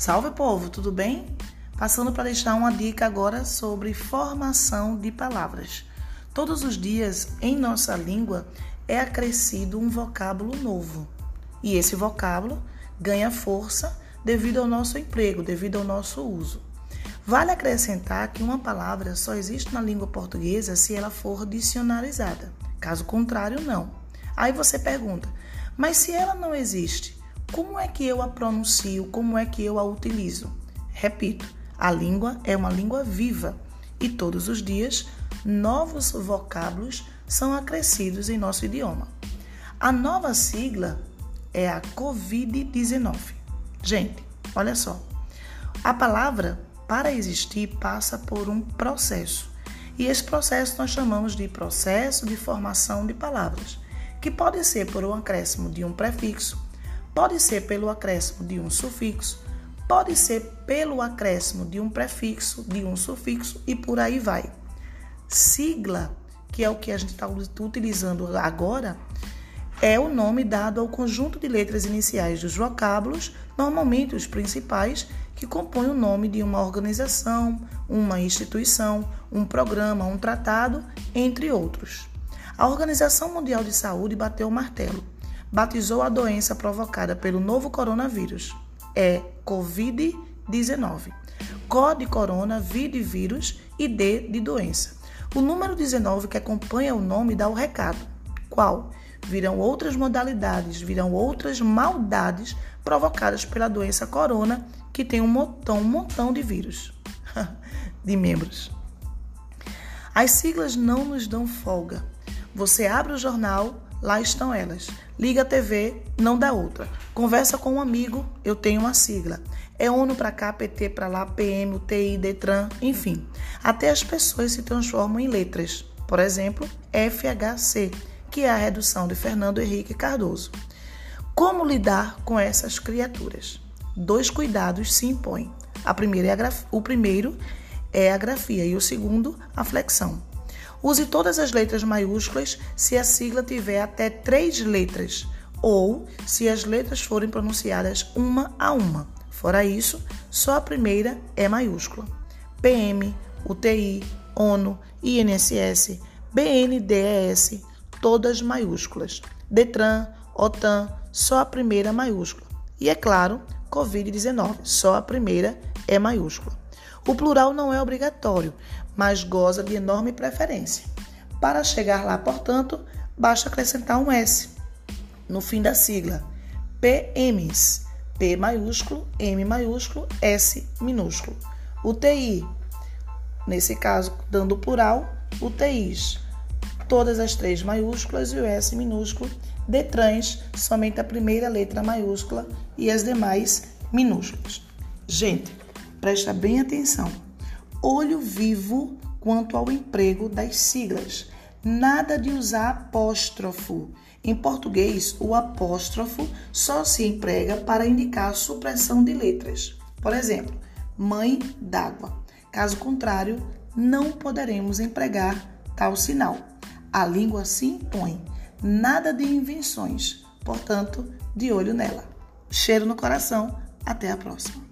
Salve, povo, tudo bem? Passando para deixar uma dica agora sobre formação de palavras. Todos os dias, em nossa língua, é acrescido um vocábulo novo. E esse vocábulo ganha força devido ao nosso emprego, devido ao nosso uso. Vale acrescentar que uma palavra só existe na língua portuguesa se ela for dicionarizada. Caso contrário, não. Aí você pergunta, mas se ela não existe, como é que eu a pronuncio? Como é que eu a utilizo? Repito, a língua é uma língua viva e todos os dias novos vocábulos são acrescidos em nosso idioma. A nova sigla é a Covid-19. Gente, olha só. A palavra, para existir, passa por um processo. E esse processo nós chamamos de processo de formação de palavras, que pode ser por um acréscimo de um prefixo, pode ser pelo acréscimo de um sufixo, pode ser pelo acréscimo de um prefixo, de um sufixo e por aí vai. Sigla, que é o que a gente está utilizando agora, é o nome dado ao conjunto de letras iniciais dos vocábulos, normalmente os principais, que compõem o nome de uma organização, uma instituição, um programa, um tratado, entre outros. A Organização Mundial de Saúde bateu o martelo, batizou a doença provocada pelo novo coronavírus. É Covid-19. Co de corona, V de vírus e D de doença. O número 19 que acompanha o nome dá o recado. Qual? Virão outras modalidades, virão outras maldades provocadas pela doença corona, que tem um montão de vírus, de membros. As siglas não nos dão folga. Você abre o jornal, lá estão elas. Liga a TV, não dá outra. Conversa com um amigo, eu tenho uma sigla. É ONU para cá, PT para lá, PM, UTI, Detran, enfim. Até as pessoas se transformam em letras. Por exemplo, FHC, que é a redução de Fernando Henrique Cardoso. Como lidar com essas criaturas? 2 cuidados se impõem. O primeiro é a grafia e o segundo, a flexão. Use todas as letras maiúsculas se a sigla tiver até 3 letras ou se as letras forem pronunciadas uma a uma. Fora isso, só a primeira é maiúscula. PM, UTI, ONU, INSS, BNDES, todas maiúsculas. Detran, OTAN, só a primeira maiúscula. E é claro, Covid-19, só a primeira é maiúscula. O plural não é obrigatório, mas goza de enorme preferência. Para chegar lá, portanto, basta acrescentar um S no fim da sigla. PMs, P maiúsculo, M maiúsculo, S minúsculo. UTI, nesse caso, dando o plural, UTIs, todas as 3 maiúsculas e o S minúsculo. Detrans, somente a primeira letra maiúscula e as demais minúsculas. Gente, presta bem atenção. Olho vivo quanto ao emprego das siglas. Nada de usar apóstrofo. Em português, o apóstrofo só se emprega para indicar a supressão de letras. Por exemplo, mãe d'água. Caso contrário, não poderemos empregar tal sinal. A língua se impõe. Nada de invenções. Portanto, de olho nela. Cheiro no coração. Até a próxima.